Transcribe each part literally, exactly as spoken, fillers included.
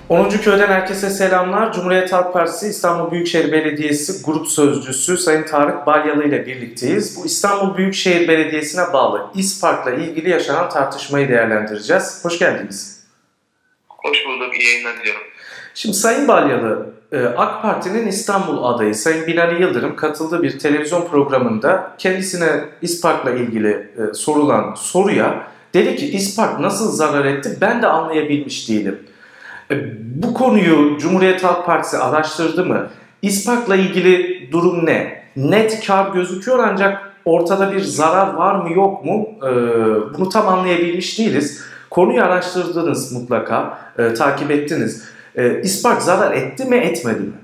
onuncu Köy'den herkese selamlar. Cumhuriyet Halk Partisi İstanbul Büyükşehir Belediyesi Grup Sözcüsü Sayın Tarık Balyalı ile birlikteyiz. Bu İstanbul Büyükşehir Belediyesi'ne bağlı İSPARK'la ilgili yaşanan tartışmayı değerlendireceğiz. Hoş geldiniz. Hoş bulduk, iyi yayınlar diliyorum. Şimdi Sayın Balyalı, AK Parti'nin İstanbul adayı Sayın Binali Yıldırım katıldığı bir televizyon programında kendisine İSPARK'la ilgili sorulan soruya dedi ki İSPARK nasıl zarar etti ben de anlayabilmiş değilim. Bu konuyu Cumhuriyet Halk Partisi araştırdı mı? İSPARK'la ilgili durum ne? Net kar gözüküyor ancak ortada bir zarar var mı yok mu? Bunu tam anlayabilmiş değiliz. Konuyu araştırdınız mutlaka, takip ettiniz. İSPARK zarar etti mi etmedi mi?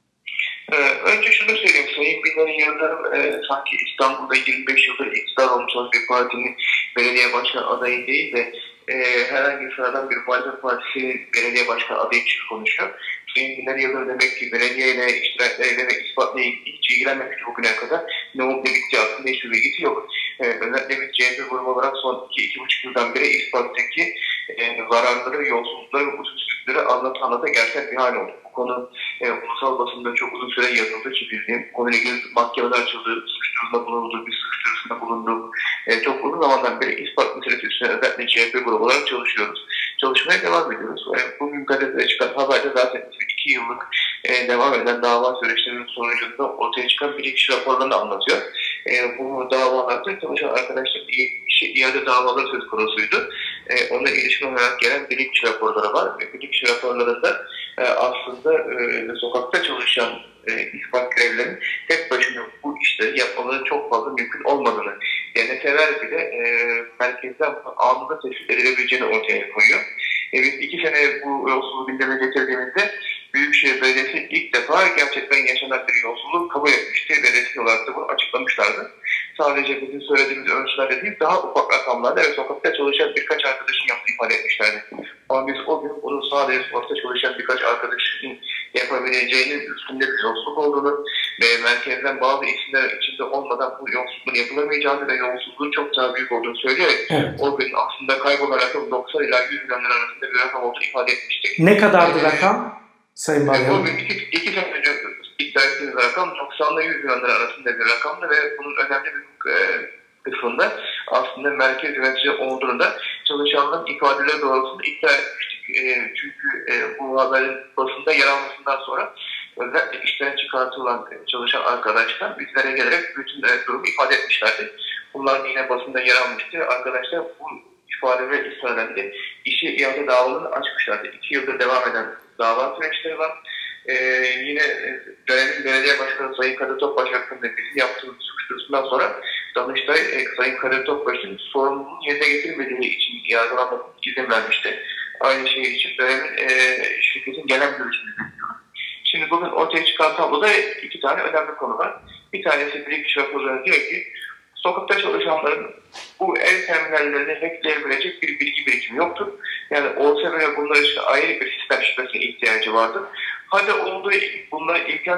Önce şunu söyleyeyim. Sayın Binali Yıldırım e, sanki İstanbul'da yirmi beş yıldır iktidar olmuş olan bir partinin belediye başkan adayı değil de e, herhangi bir sıradan bir muhalefet partisi belediye başkan adayı için konuşuyor. Sayın Binali Yıldırım demek ki belediyeyle, iştiraklerle ve ispatla hiç ilgilenmemişti bugüne kadar. Ne olup ne bittiği hakkında hiçbir bilgisi yok. E, özellikle biz C H P grubu olarak son iki iki buçuk yıldan beri İSPARK'taki e, zararları, yolsuzlukları ve usulsüzlükleri anlata anlata gerçek bir hal oldu. Bu konu e, ulusal basında çok uzun süre yazıldı, çizildi. Konuyla ilgili mahkemeler açıldı, suç duyurusunda bulundu, bir suç duyurusunda bulundu. E, çok uzun zamandan beri İSPARK meselesi üstüne özellikle C H P grubu olarak çalışıyoruz. Çalışmaya devam ediyoruz. E, bugün gazetede çıkan haberde zaten iki yıllık e, devam eden dava süreçlerinin sonucunda ortaya çıkan bilirkişi raporlarını anlatıyor. E, bu davalarda çalışan arkadaşlar işe iade davaları söz konusuydu. E, ona ilişkin olarak gelen bilirkişi raporları var. Ve bilirkişi raporlarında e, aslında e, sokakta çalışan e, İSPARK görevlilerinin tek başına bu işleri yapmaları çok fazla mümkün olmadığını, deneseler bile e, merkezden anında tespit edilebileceğini ortaya koyuyor. E, biz iki sene bu yolsuzluğu gündeme getirdiğimizde Büyükşehir Belediyesi ilk defa gerçekten yaşanan bir yolsuzluğu kabul etmişti ve resmi olarak da bunu açıklamışlardı. Sadece bizim söylediğimiz ölçülerde değil, daha ufak rakamlarda ve sokakta çalışan birkaç arkadaşın yaptığı ifade etmişlerdi. Ama biz o gün bunu sadece sokakta çalışan birkaç arkadaşın yapabileceğinin üstünde bir yolsuzluk olduğunu ve merkezden bazı isimler içinde olmadan bu yolsuzluğun yapılamayacağını ve yolsuzluğun çok daha büyük olduğunu söylüyoruz. Evet. O gün aslında kaybolan rakam doksan ila yüz milyon lira arasında bir rakam olduğunu ifade etmiştik. Ne kadardı ee, rakam? Sayın Balyalı. O gün iki, iki sene önce iddia ettiğimiz rakam doksan ile yüz milyon lira arasında bir rakamdı ve bunun önemli bir e, kısmında aslında merkez yönetici olduğunu da çalışanların ifadeleri doğrultusunda iddia etmiştik. E, çünkü e, bu haberin basında yer almasından sonra özellikle işten çıkartılan çalışan arkadaşlar bizlere gelerek bütün e, durumu ifade etmişlerdi. Bunlar yine basında yer almıştı. Arkadaşlar bu ifade ve ifadelerinde işi iade davalarını açmışlardı. İki yıldır devam eden dava süreçleri var. Ee, yine dönemin belediye başkanı Sayın Kadir Topbaş hakkında bizim yaptığımız suç duyurusundan sonra Danıştay e, Sayın Kadir Topbaş'ın sorumluluğunu yerine getirmediği için yargılanmasına izin vermişti. Aynı şey için dönemin e, şirketin genel görüşünü bekliyoruz. Şimdi bugün ortaya çıkan tabloda iki tane önemli konu var. Bir tanesi bilirkişi raporları diyor ki sokakta çalışanların bu ev terminallerini hackleyebilecek bir bilgi birikimi yoktur. Yani olsa bile bunlar için ayrı bir sistem şifresine ihtiyacı vardır. Hadi olduğu bunlara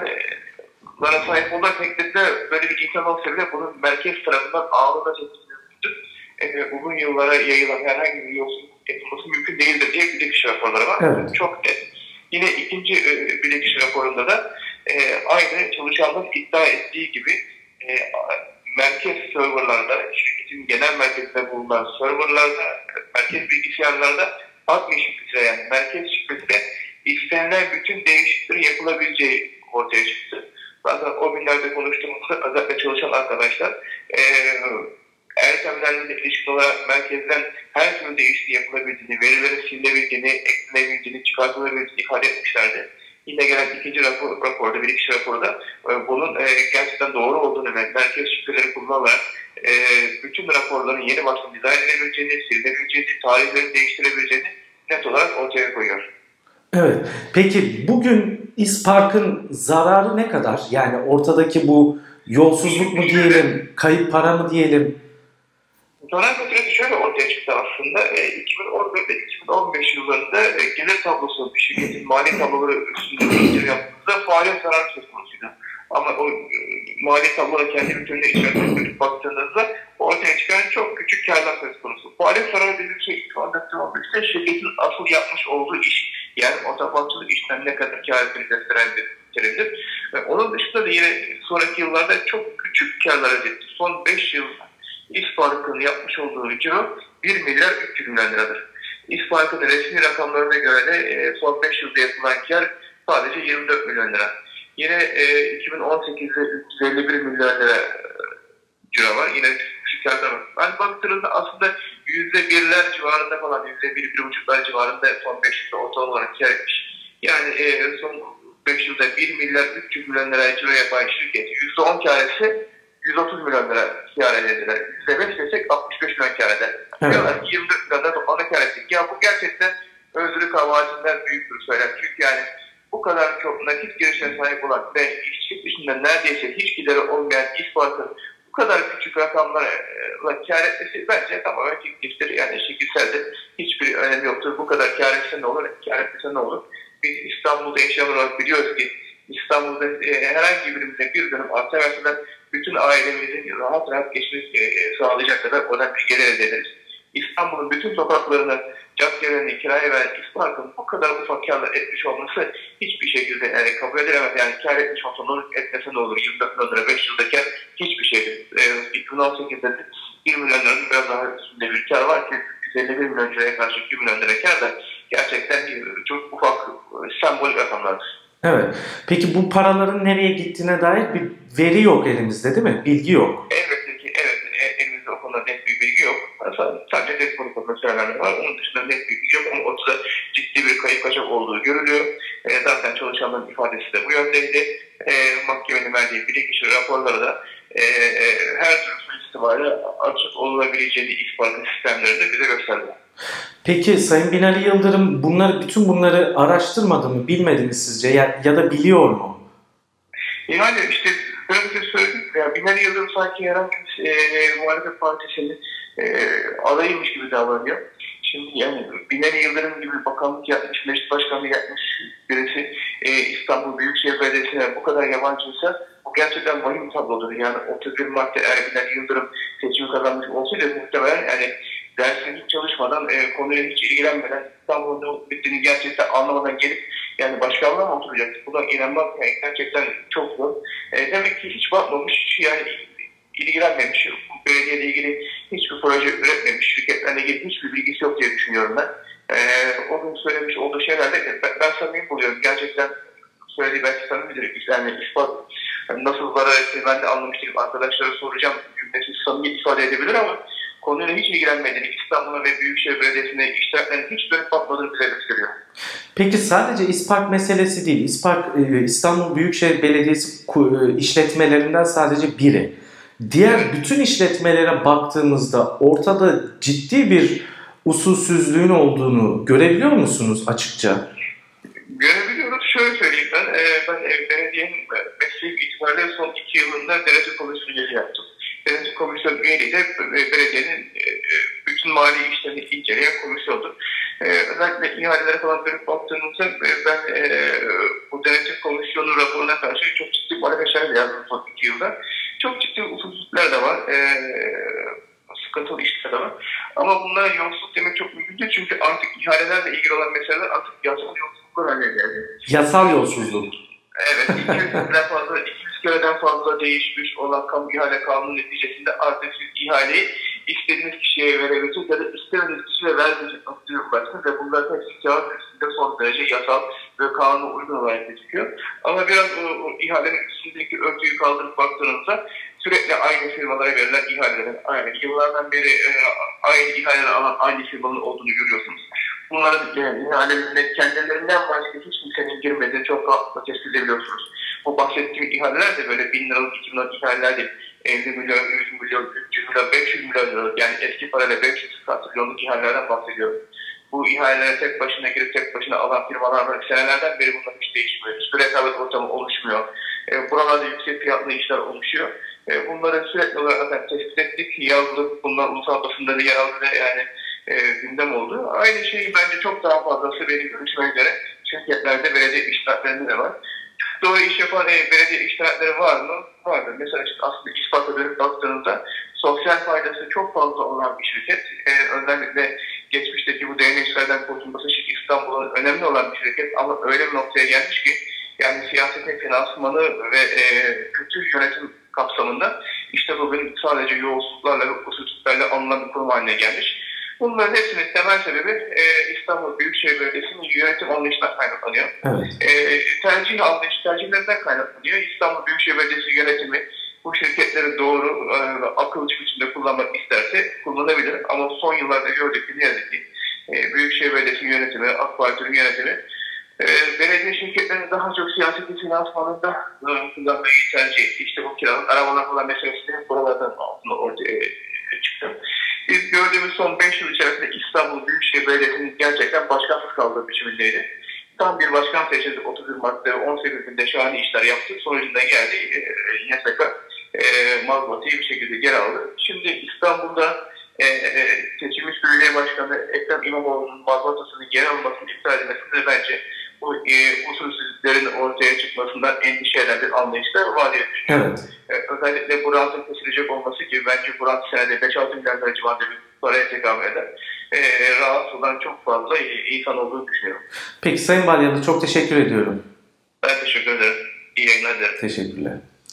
imkanlara sahip olarak hacklediler, böyle bir imkan olsa bile bunun merkez tarafından ağırlığa çekilmesidir. E, uzun yıllara yayılan herhangi bir yolsuzluk yapılması mümkün değildir diye bilirkişi raporları var. Evet. Çok net. Yine ikinci e, bilirkişi raporunda da e, aynı çalışanların iddia ettiği gibi e, merkez serverlarda, şirketin genel merkezinde bulunan serverlarda, merkez bilgisayarlarda admin şifresi yani merkez şifresiyle istenilen bütün değişikliklerin yapılabileceği ortaya çıktı. Zaten o günlerde konuştuğumuzda özellikle çalışan arkadaşlar e, eğer terminallerle ilişkin olarak merkezden her türlü değişikliği yapılabildiğini, verilerin silinebildiğini, eklenebildiğini, çıkartılabildiğini ifade etmişlerdi. Yine gelen ikinci rapor, raporda, bilirkişi raporda e, bunun e, gerçekten doğru olduğunu ve merkez şifreleri kullanarak e, bütün raporların yeni baştan dizayn edebileceğini, silinebileceğini, tarihleri değiştirebileceğini net olarak ortaya koyuyor. Evet. Peki bugün İSPARK'ın zararı ne kadar? Yani ortadaki bu yolsuzluk mu diyelim, kayıp para mı diyelim? Zarar meselesi şöyle ortaya çıktı aslında. E, iki bin on dört ve iki bin on beş yıllarında e, gelir tablosu bir şirketin mali tabloları üstünde bir yaptığında faaliyet zararı söz konusuydu. Ama o e, mali tabloda kendi bütününe içerisinde baktığınızda ortaya çıkan çok küçük kârlar söz konusu. Faaliyet zararı dediğim şey iki bin on dört iki bin on beşte şirketin asıl yapmış olduğu iş Yani otoparkçılık işten ne kadar kâr ettiğini gösteren bir terimdir. Ve onun dışında da yine sonraki yıllarda çok küçük kârlar elde etti. Son beş yıl İspark'ın yapmış olduğu ciro bir milyar üç yüz milyon liradır. İspark'ın resmi rakamlarına göre de e, son beş yılda yapılan kâr sadece yirmi dört milyon lira. Yine e, iki bin on sekizde üç yüz elli bir milyon lira ciro var. Yine küçük kârlar var. Ben baktığımda aslında yüzde birler civarında falan, yüzde bir, bir buçuklar civarında son beş yılda ortalama olarak kâr etmiş. Yani e, son beş yılda bir milyar üç yüz milyon lira ciro yapan şirket yüzde on kâr etse yüz otuz milyon lira kâr ederler. yüzde beş desek altmış beş milyon kâr eder. Evet. Diyorlar ki yirmi dört milyon lira toplamda kâr ettik. Ya bu gerçekten özrü kabahatinden büyük bir söyler. Çünkü yani bu kadar çok nakit girişine sahip olan ve işçilik dışında neredeyse hiç gideri olmayan İspark'ın bu kadar küçük rakamlarla kâr etmesi bence tamamen fiktiftir. Yani şekilseldir. Hiçbir önemi yoktur. Bu kadar kâr etse ne olur, kâr etmese ne olur? Biz İstanbul'da yaşayan olarak biliyoruz ki İstanbul'da e, herhangi birimize bir dönüm arsa verseler bütün ailemizin rahat rahat geçmesi e, sağlayacak kadar oradan bir gelir elde ederiz. İstanbul'un bütün sokaklarını, caddelerini kiraya veren İspark'ın bu kadar ufak kârlar etmiş olması hiçbir şekilde yani kabul edilemez. Yani kâr etmiş olsa etmese ne olur? yirmi dört milyon lira beş yılda kâr hiçbir şey. E, iki bin on sekizde bir milyon liranın biraz daha üstünde bir kâr var ki yüz elli bir milyon liraya karşı iki milyon lira kâr da gerçekten çok ufak sembolik rakamlardır. Evet. Peki bu paraların nereye gittiğine dair bir veri yok elimizde değil mi? Bilgi yok. Elbette ki evet. Elimizde o konuda net bir bilgi yok. Sadece telefonu konuda söylenenler var. Onun dışında net bir bilgi yok ama ortada ciddi bir kayıp kaçak olduğu görülüyor. E, zaten çalışanların ifadesi de bu yöndeydi. E, mahkemenin verdiği bilirkişi raporları da e, e, her türlü sonuç itibariyle açık olabileceğini İspark'ın sistemlerinde bize gösterdiler. Peki Sayın Binali Yıldırım bunları, bütün bunları araştırmadı mı, bilmedi mi sizce ya, ya da biliyor mu? Yani işte böyle söyledim ya, Binali Yıldırım sanki herhangi bir e, muhalefet partisinin e, adayıymış gibi davranıyor. Şimdi yani Binali Yıldırım gibi bakanlık yapmış, meclis başkanlığı yapmış birisi e, İstanbul Büyükşehir Belediyesi'ne bu kadar yabancıysa bu gerçekten vahim tablodur. Yani otuz bir Mart'ta eğer Binali Yıldırım seçimi kazanmış olsaydı muhtemelen yani dersine hiç çalışmadan, e, konuyla hiç ilgilenmeden, İstanbul'un ne bittiğini gerçekten anlamadan gelip yani başkanlığa mı oturacaktı? Buna inanmak yani gerçekten çok zor. E, demek ki hiç bakmamış, yani ilgilenmemiş, bu belediyeyle ilgili hiçbir proje üretmemiş, şirketlerle ilgili hiçbir bilgisi yok diye düşünüyorum ben. E, onun söylemiş olduğu şeylerle ben, ben samimi buluyorum. Gerçekten söylediği belki samimidir. Yani ispat yani nasıl zarar ettiğini ben de anlamıştım. Arkadaşlara soracağım, cümlesi samimi ifade edebilir ama konuyla hiç ilgilenmediğini, İstanbul'a ve Büyükşehir Belediyesi'ne iştiraklerine hiç dönüp bakmadığını bize gösteriyor. Peki sadece İspark meselesi değil. İspark İstanbul Büyükşehir Belediyesi işletmelerinden sadece biri. Diğer bütün işletmelere baktığımızda ortada ciddi bir usulsüzlüğün olduğunu görebiliyor musunuz açıkça? Görebiliyoruz. Şöyle söyleyeyim ben. Ben belediyenin mesleği itibariyle son iki yılında denetim komisyonu üyeliği yaptım. Denetim komisyonu üyeliği de belediyenin bütün mali işlerini inceleyen komisyondur. Özellikle ihalelere falan dönüp baktığımızda ben bu denetim komisyonu raporuna karşı çok ciddi muhalefetler yazdım son iki yılda. Çok ciddi usulsüzlükler de var. Sıkıntılı işler de var. Ama bunlara yolsuzluk demek çok mümkün değil. Çünkü artık ihalelerle ilgili olan meseleler artık yasal yolsuzluklar haline geldi. Yasal yolsuzluk. Evet. iki yüzden fazla, iki yüz kereden fazla değişmiş olan kamu ihale kanunu neticesinde artık siz ihaleyi istediğiniz kişiye verebilecek ya da istemediğiniz kişiye vermeyecek noktaya ulaştınız ve bunların hepsi kağıt üstünde son derece yasal ve kanuna uygun olarak gözüküyor. Ama biraz o, o ihalenin üstündeki örtüyü kaldırıp baktığınızda sürekli aynı firmalara verilen ihalelerin aynı yıllardan beri e, aynı ihaleler alan aynı firmanın olduğunu görüyorsunuz. Bunların yani, ihalelerine kendilerinden başka hiç kimsenin girmediğini çok rahatlıkla tespit edebiliyorsunuz. Bu bahsettiğim ihaleler de böyle bin liralık, iki bin liralık ihaleler değil. elli milyon, yüz milyon, üç yüz milyon, beş yüz milyon liralık yani eski parayla beş yüz trilyonluk ihalelerden bahsediyorum. Bu ihalelere tek başına girip tek başına alan firmalar var. Senelerden beri bunlar hiç değişmiyor. Hiçbir rekabet ortamı oluşmuyor. E, buralarda yüksek fiyatlı işler oluşuyor. E, bunları sürekli olarak zaten tespit ettik, yazdık. Bunlar ulusal basında da yer aldı ve yani e, gündem oldu. Aynı şeyi bence çok daha fazlası benim görüşüme göre şirketlerde, belediye iştiraklerinde de var. Doğru iş yapan e, belediye iştirakleri var mı? Vardır. Mesela işte aslında ispatla dönüp baktığınızda sosyal faydası çok fazla olan bir şirket. E, özellikle geçmişteki bu beğenicilerden kurtulması için İstanbul'un önemli olan bir şirket ama öyle bir noktaya gelmiş ki yani siyasetin finansmanı ve e, kötü yönetim kapsamında işte bugün sadece yolsuzluklarla ve usulsüzlüklerle anılan bir kurum haline gelmiş. Bunların hepsinin temel sebebi e, İstanbul Büyükşehir Belediyesi'nin yönetim anlayışından kaynaklanıyor. Evet. E, tercih anlayış tercihlerinden kaynaklanıyor. İstanbul Büyükşehir Belediyesi yönetimi bu şirketleri doğru e, akılcı biçimde kullanmak isterse kullanabilir. Ama son yıllarda gördük ki ne yazık ki e, Büyükşehir Belediyesi yönetimi, AK Parti'nin yönetimi e, belediye şirketlerini daha çok siyaseti finansmanında e, kullanmayı tercih etti. İşte bu kiralık arabalar falan meselesi de buralardan altında ortaya e, çıktı. Biz gördüğümüz son beş yıl içerisinde İstanbul Büyükşehir Belediyesi'nin gerçekten başkansız kaldığı biçimindeydi. Tam bir başkan seçildi otuz bir Mart'ta ve on sekiz günde şahane işler yaptı. Sonucunda geldi e, Y S K e, mazbatayı bir şekilde geri aldı. Şimdi İstanbul'da e, e, seçilmiş belediye başkanı Ekrem İmamoğlu'nun mazbatasını geri almasını iptal etmesinde bence bu e, usulsüzlüklerin ortaya çıkmasından endişe eden bir anlayışla var diye düşünüyorum. Evet. E, özellikle bu rantın kesilecek olması gibi bence bu rant senede beş altı milyar lira civarında bir paraya tekabül eder. E, rahatsız olan çok fazla insan olduğunu düşünüyorum. Peki Sayın Balyalı, çok teşekkür ediyorum. Ben teşekkür ederim. İyi yayınlar dilerim. Teşekkürler.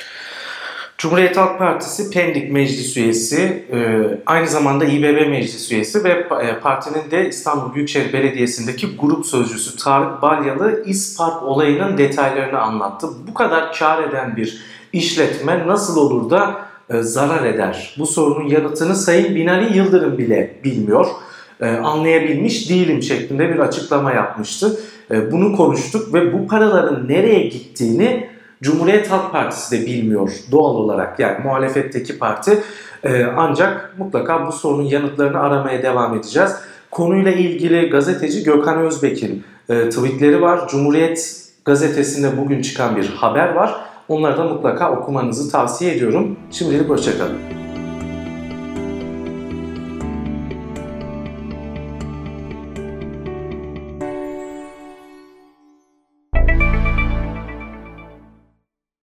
Cumhuriyet Halk Partisi Pendik Meclis Üyesi, aynı zamanda İBB Meclis Üyesi ve partinin de İstanbul Büyükşehir Belediyesi'ndeki grup sözcüsü Tarık Balyalı İspark olayının detaylarını anlattı. Bu kadar kar eden bir işletme nasıl olur da zarar eder? Bu sorunun yanıtını Sayın Binali Yıldırım bile bilmiyor. Anlayabilmiş değilim şeklinde bir açıklama yapmıştı. Bunu konuştuk ve bu paraların nereye gittiğini Cumhuriyet Halk Partisi de bilmiyor doğal olarak, yani muhalefetteki parti, ee, ancak mutlaka bu sorunun yanıtlarını aramaya devam edeceğiz. Konuyla ilgili gazeteci Gökhan Özbek'in e, tweetleri var. Cumhuriyet gazetesinde bugün çıkan bir haber var. Onları da mutlaka okumanızı tavsiye ediyorum. Şimdilik hoşça kalın.